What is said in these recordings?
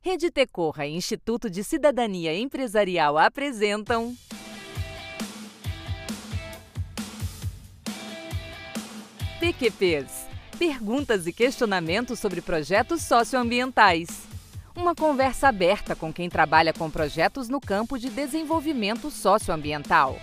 Rede Tecorra e Instituto de Cidadania Empresarial apresentam PQPs, perguntas e questionamentos sobre projetos socioambientais. Uma conversa aberta com quem trabalha com projetos no campo de desenvolvimento socioambiental.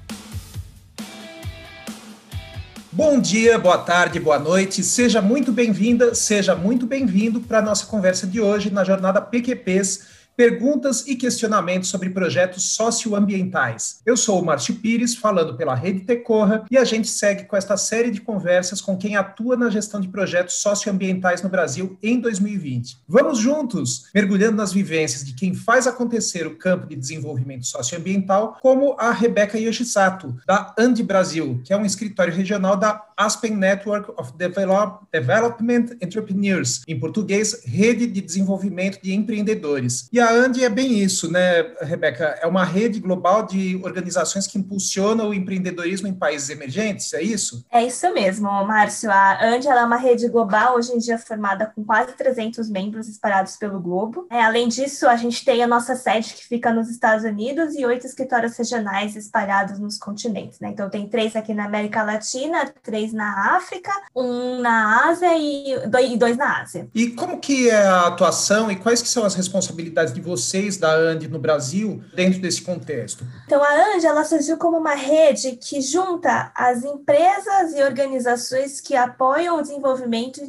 Bom dia, boa tarde, boa noite, seja muito bem-vinda, seja muito bem-vindo para a nossa conversa de hoje na jornada PQPs, perguntas e questionamentos sobre projetos socioambientais. Eu sou o Márcio Pires, falando pela Rede Tecorra, e a gente segue com esta série de conversas com quem atua na gestão de projetos socioambientais no Brasil em 2020. Vamos juntos, mergulhando nas vivências de quem faz acontecer o campo de desenvolvimento socioambiental, como a Rebeca Yoshisato, da ANDE Brasil, que é um escritório regional da Aspen Network of Development Entrepreneurs, em português, Rede de Desenvolvimento de Empreendedores. E a ANDE é bem isso, né, Rebeca? É uma rede global de organizações que impulsionam o empreendedorismo em países emergentes, é isso? É isso mesmo, Márcio. A ANDE ela é uma rede global, hoje em dia formada com quase 300 membros espalhados pelo globo. Além disso, a gente tem a nossa sede que fica nos Estados Unidos e 8 escritórios regionais espalhados nos continentes, né? Então, tem 3 aqui na América Latina, 3 na África, 1 na Ásia e 2 na Ásia. E como que é a atuação e quais que são as responsabilidades de vocês da ANDE no Brasil dentro desse contexto? Então, a ANDE ela surgiu como uma rede que junta as empresas e organizações que apoiam o desenvolvimento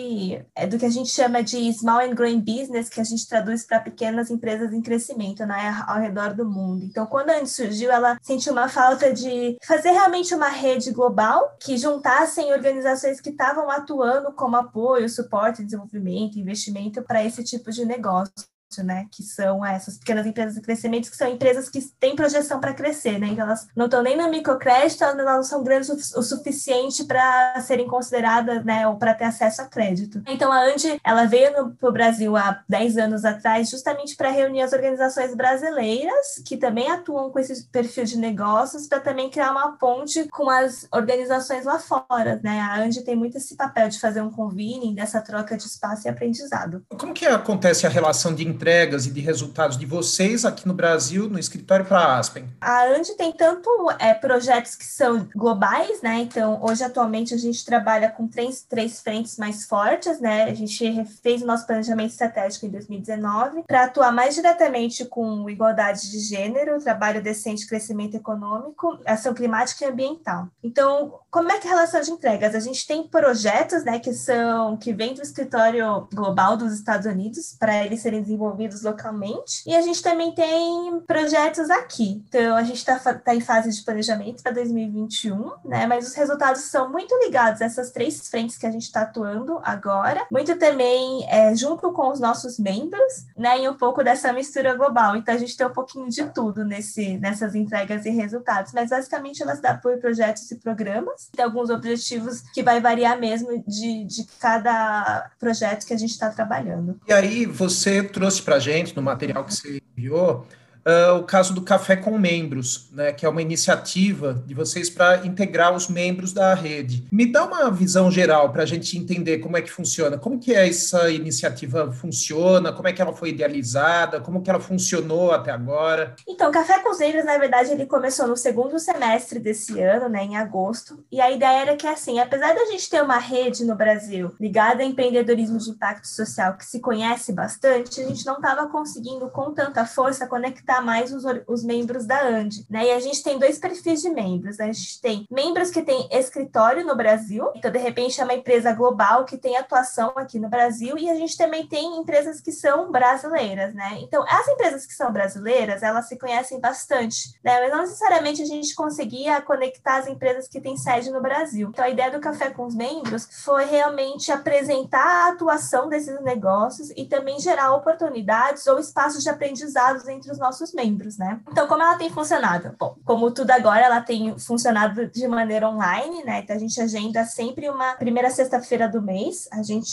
do que a gente chama de Small and Growing Business, que a gente traduz para pequenas empresas em crescimento, né, ao redor do mundo. Então, quando a ANDE surgiu, ela sentiu uma falta de fazer realmente uma rede global que juntassem organizações que estavam atuando como apoio, suporte, desenvolvimento, investimento para esse tipo de negócio, né, que são essas pequenas empresas de crescimento, que são empresas que têm projeção para crescer, né, então elas não estão nem no microcrédito, elas não são grandes o suficiente para serem consideradas, né, ou para ter acesso a crédito. Então a ANDE, ela veio para o Brasil há 10 anos atrás, justamente para reunir as organizações brasileiras, que também atuam com esse perfil de negócios, para também criar uma ponte com as organizações lá fora, né, a ANDE tem muito esse papel de fazer um convening, dessa troca de espaço e aprendizado. Como que acontece a relação de entregas e de resultados de vocês aqui no Brasil, no escritório para a Aspen? A ANDE tem tanto projetos que são globais, né? Então, hoje, atualmente, a gente trabalha com três frentes mais fortes, né? A gente fez o nosso planejamento estratégico em 2019 para atuar mais diretamente com igualdade de gênero, trabalho decente, crescimento econômico, ação climática e ambiental. Então, como é que é a relação de entregas? A gente tem projetos, né, que vêm do escritório global dos Estados Unidos para eles serem desenvolvidos localmente, e a gente também tem projetos aqui. Então, a gente tá em fase de planejamento para 2021, né? Mas os resultados são muito ligados a essas 3 frentes que a gente está atuando agora, muito também junto com os nossos membros, né? E um pouco dessa mistura global. Então, a gente tem um pouquinho de tudo nessas entregas e resultados, mas basicamente elas dão apoio a projetos e programas. Tem alguns objetivos que vai variar mesmo de cada projeto que a gente está trabalhando. E aí, você trouxe para a gente, no material que você enviou, o caso do Café com Membros, né, que é uma iniciativa de vocês para integrar os membros da rede. Me dá uma visão geral para a gente entender como é que funciona, como que essa iniciativa funciona, como é que ela foi idealizada, como que ela funcionou até agora. Então, o Café com os Membros, na verdade, ele começou no 2º semestre desse ano, né, em agosto, e a ideia era que, assim, apesar da gente ter uma rede no Brasil ligada a empreendedorismo de impacto social que se conhece bastante, a gente não estava conseguindo, com tanta força, conectar mais os membros da ANDE, né? E a gente tem 2 perfis de membros, né? A gente tem membros que têm escritório no Brasil, então de repente é uma empresa global que tem atuação aqui no Brasil, e a gente também tem empresas que são brasileiras, né? Então as empresas que são brasileiras, elas se conhecem bastante, né? Mas não necessariamente a gente conseguia conectar as empresas que têm sede no Brasil. Então a ideia do Café com os Membros foi realmente apresentar a atuação desses negócios e também gerar oportunidades ou espaços de aprendizados entre os nossos membros, né? Então, como ela tem funcionado? Bom, como tudo agora, ela tem funcionado de maneira online, né? Então, a gente agenda sempre uma primeira sexta-feira do mês, a gente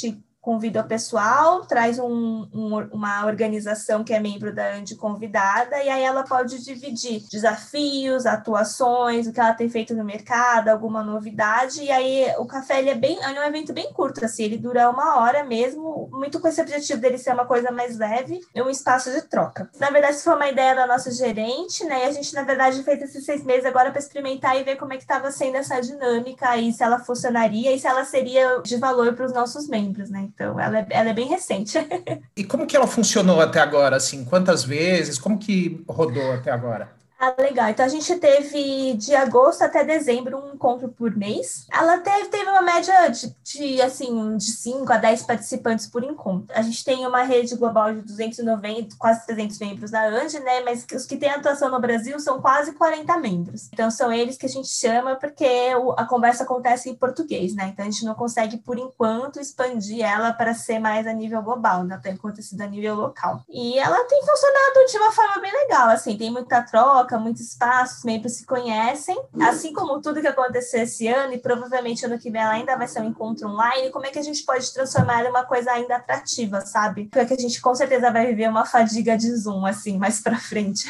convida o pessoal, traz uma organização que é membro da ANDI convidada, e aí ela pode dividir desafios, atuações, o que ela tem feito no mercado, alguma novidade, e aí o café ele é um evento bem curto, assim, ele dura 1 hora mesmo, muito com esse objetivo dele ser uma coisa mais leve e um espaço de troca. Na verdade, isso foi uma ideia da nossa gerente, né, e a gente, na verdade, fez esses 6 meses agora para experimentar e ver como é que estava sendo essa dinâmica, e se ela funcionaria, e se ela seria de valor para os nossos membros, né, então ela é bem recente. E como que ela funcionou até agora, assim? Quantas vezes? Como que rodou até agora? Ah, legal. Então, a gente teve de agosto até dezembro um encontro por mês. Ela teve uma média de 5 a 10 participantes por encontro. A gente tem uma rede global de 290, quase 300 membros da ANDI, né? Mas os que têm atuação no Brasil são quase 40 membros. Então, são eles que a gente chama porque a conversa acontece em português, né? Então, a gente não consegue, por enquanto, expandir ela para ser mais a nível global, né? Tem acontecido a nível local. E ela tem funcionado de uma forma bem legal, assim, tem muita troca, muito espaço, os membros se conhecem, assim como tudo que aconteceu esse ano, e provavelmente ano que vem ela ainda vai ser um encontro online, como é que a gente pode transformar em uma coisa ainda atrativa, sabe? Porque a gente com certeza vai viver uma fadiga de Zoom, assim, mais pra frente.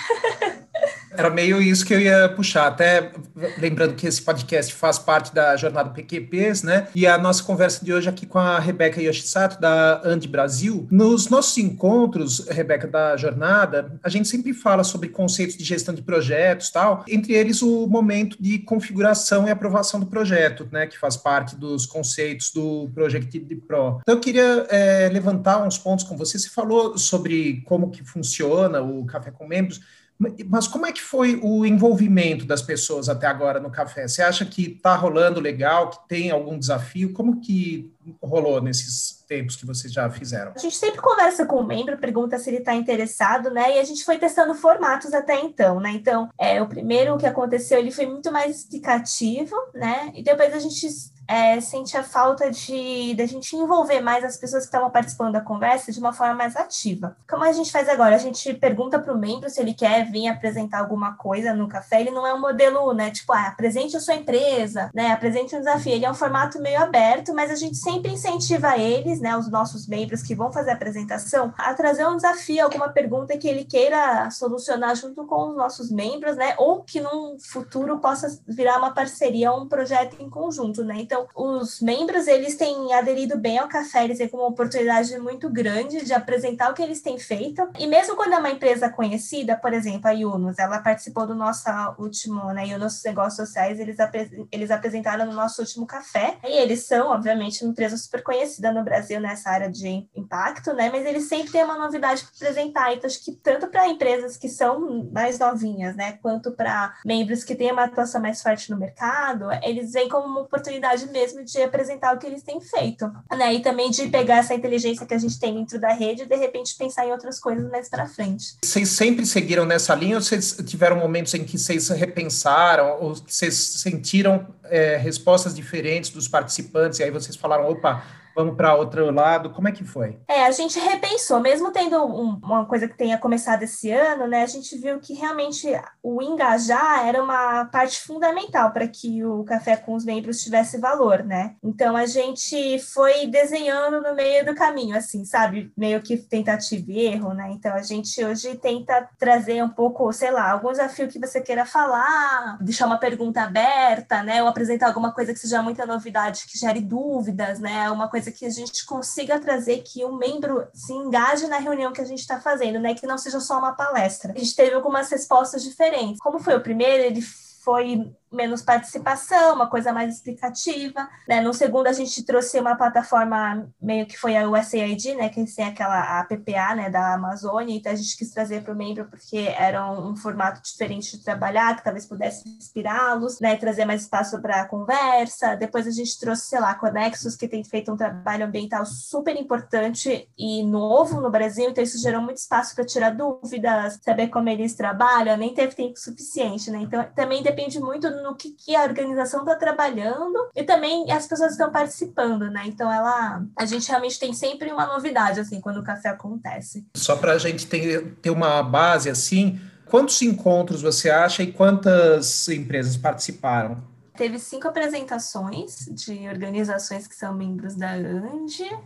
Era meio isso que eu ia puxar, até lembrando que esse podcast faz parte da jornada PQPs, né? E a nossa conversa de hoje aqui com a Rebeca Yoshisato, da ANDI Brasil. Nos nossos encontros, Rebeca, da jornada, a gente sempre fala sobre conceitos de gestão de projetos, tal, entre eles o momento de configuração e aprovação do projeto, né? Que faz parte dos conceitos do Project de Pro. Então, eu queria levantar uns pontos com você. Você falou sobre como que funciona o Café com Membros, mas como é que foi o envolvimento das pessoas até agora no café? Você acha que está rolando legal, que tem algum desafio? Como que rolou nesses tempos que vocês já fizeram? A gente sempre conversa com o membro, pergunta se ele está interessado, né? E a gente foi testando formatos até então, né? Então, o primeiro que aconteceu, ele foi muito mais explicativo, né? E depois a gente sente a falta de a gente envolver mais as pessoas que estavam participando da conversa de uma forma mais ativa. Como a gente faz agora? A gente pergunta para o membro se ele quer vir apresentar alguma coisa no café. Ele não é um modelo, né? Tipo, apresente a sua empresa, né? Apresente um desafio. Ele é um formato meio aberto, mas a gente sempre incentiva eles, né? Os nossos membros que vão fazer a apresentação, a trazer um desafio, alguma pergunta que ele queira solucionar junto com os nossos membros, né? Ou que num futuro possa virar uma parceria, um projeto em conjunto, né? Então, os membros, eles têm aderido bem ao café, eles têm como uma oportunidade muito grande de apresentar o que eles têm feito. E mesmo quando é uma empresa conhecida, por exemplo, a Yunus, ela participou do nosso último, né, Yunus Negócios Sociais, eles apresentaram no nosso último café. E eles são, obviamente, uma empresa super conhecida no Brasil nessa área de impacto, né? Mas eles sempre têm uma novidade para apresentar. Então, acho que tanto para empresas que são mais novinhas, né, quanto para membros que têm uma atuação mais forte no mercado, eles veem como uma oportunidade mesmo de apresentar o que eles têm feito, né? E também de pegar essa inteligência que a gente tem dentro da rede e, de repente, pensar em outras coisas mais para frente. Vocês sempre seguiram nessa linha ou vocês tiveram momentos em que vocês repensaram ou que vocês sentiram respostas diferentes dos participantes e aí vocês falaram, opa, vamos para outro lado? Como é que foi? A gente repensou, mesmo tendo uma coisa que tenha começado esse ano, né? A gente viu que realmente o engajar era uma parte fundamental para que o café com os membros tivesse valor, né? Então a gente foi desenhando no meio do caminho, assim, sabe? Meio que tentativa e erro, né? Então a gente hoje tenta trazer um pouco, sei lá, algum desafio que você queira falar, deixar uma pergunta aberta, né? Ou apresentar alguma coisa que seja muita novidade, que gere dúvidas, né? Uma coisa que a gente consiga trazer que o membro se engaje na reunião que a gente está fazendo, né? Que não seja só uma palestra. A gente teve algumas respostas diferentes. Como foi o primeiro, ele foi menos participação, uma coisa mais explicativa, né? No segundo, a gente trouxe uma plataforma meio que foi a USAID, né? Que é a PPA, né? Da Amazônia, então a gente quis trazer para o membro porque era um formato diferente de trabalhar, que talvez pudesse inspirá-los, né? E trazer mais espaço para conversa. Depois a gente trouxe, sei lá, Conexus, que tem feito um trabalho ambiental super importante e novo no Brasil, então isso gerou muito espaço para tirar dúvidas, saber como eles trabalham, nem teve tempo suficiente, né? Então também depende muito no que a organização está trabalhando e também as pessoas estão participando, né? Então a gente realmente tem sempre uma novidade, assim, quando o café acontece. Só para a gente ter uma base, assim, quantos encontros você acha e quantas empresas participaram? Teve 5 apresentações de organizações que são membros da ANDI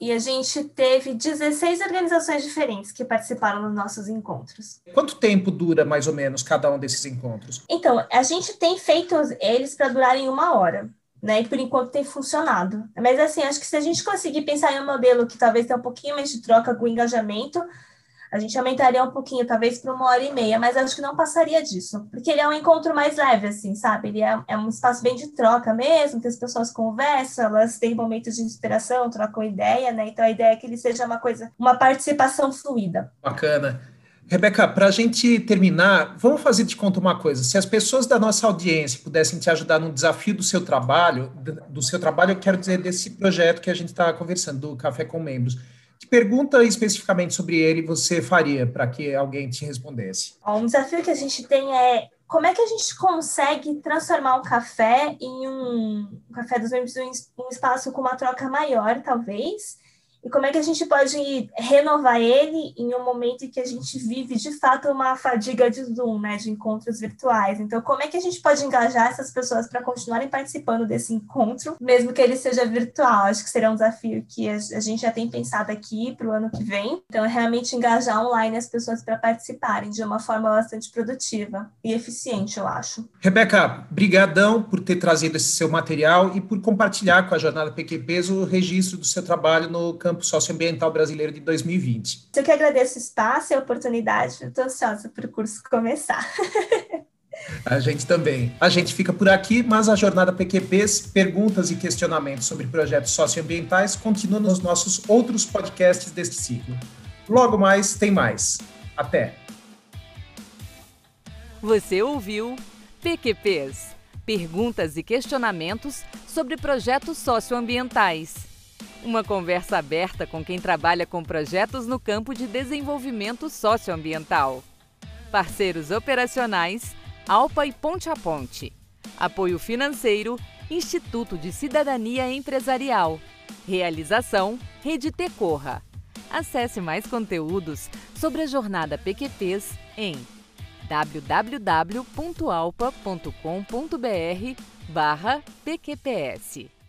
e a gente teve 16 organizações diferentes que participaram dos nossos encontros. Quanto tempo dura, mais ou menos, cada um desses encontros? Então, a gente tem feito eles para durarem 1 hora, né? E por enquanto tem funcionado. Mas, assim, acho que se a gente conseguir pensar em um modelo que talvez tenha um pouquinho mais de troca com engajamento, a gente aumentaria um pouquinho, talvez para 1 hora e meia, mas acho que não passaria disso, porque ele é um encontro mais leve, assim, sabe? Ele é um espaço bem de troca mesmo, que as pessoas conversam, elas têm momentos de inspiração, trocam ideia, né? Então a ideia é que ele seja uma participação fluida. Bacana. Rebeca, para a gente terminar, vamos fazer de conta uma coisa. Se as pessoas da nossa audiência pudessem te ajudar no desafio do seu trabalho, eu quero dizer desse projeto que a gente está conversando, do Café com Membros. Que pergunta especificamente sobre ele você faria para que alguém te respondesse? Um desafio que a gente tem é como é que a gente consegue transformar um café em um café dos membros em um espaço com uma troca maior, talvez, e como é que a gente pode renovar ele em um momento em que a gente vive, de fato, uma fadiga de Zoom, né, de encontros virtuais. Então, como é que a gente pode engajar essas pessoas para continuarem participando desse encontro, mesmo que ele seja virtual? Acho que será um desafio que a gente já tem pensado aqui para o ano que vem. Então, é realmente engajar online as pessoas para participarem de uma forma bastante produtiva e eficiente, eu acho. Rebeca, brigadão por ter trazido esse seu material e por compartilhar com a Jornada PQPs o registro do seu trabalho no campo socioambiental brasileiro de 2020. Eu que agradeço o espaço e a oportunidade. Estou ansiosa para o curso começar. A gente também. A gente fica por aqui, mas a Jornada PQPs, perguntas e questionamentos sobre projetos socioambientais, continua nos nossos outros podcasts deste ciclo. Logo mais, tem mais. Até! Você ouviu PQPs, perguntas e questionamentos sobre projetos socioambientais. Uma conversa aberta com quem trabalha com projetos no campo de desenvolvimento socioambiental. Parceiros operacionais, Alpa e Ponte a Ponte. Apoio financeiro, Instituto de Cidadania Empresarial. Realização, Rede Tecorra. Acesse mais conteúdos sobre a Jornada PQPs em www.alpa.com.br/PQPS.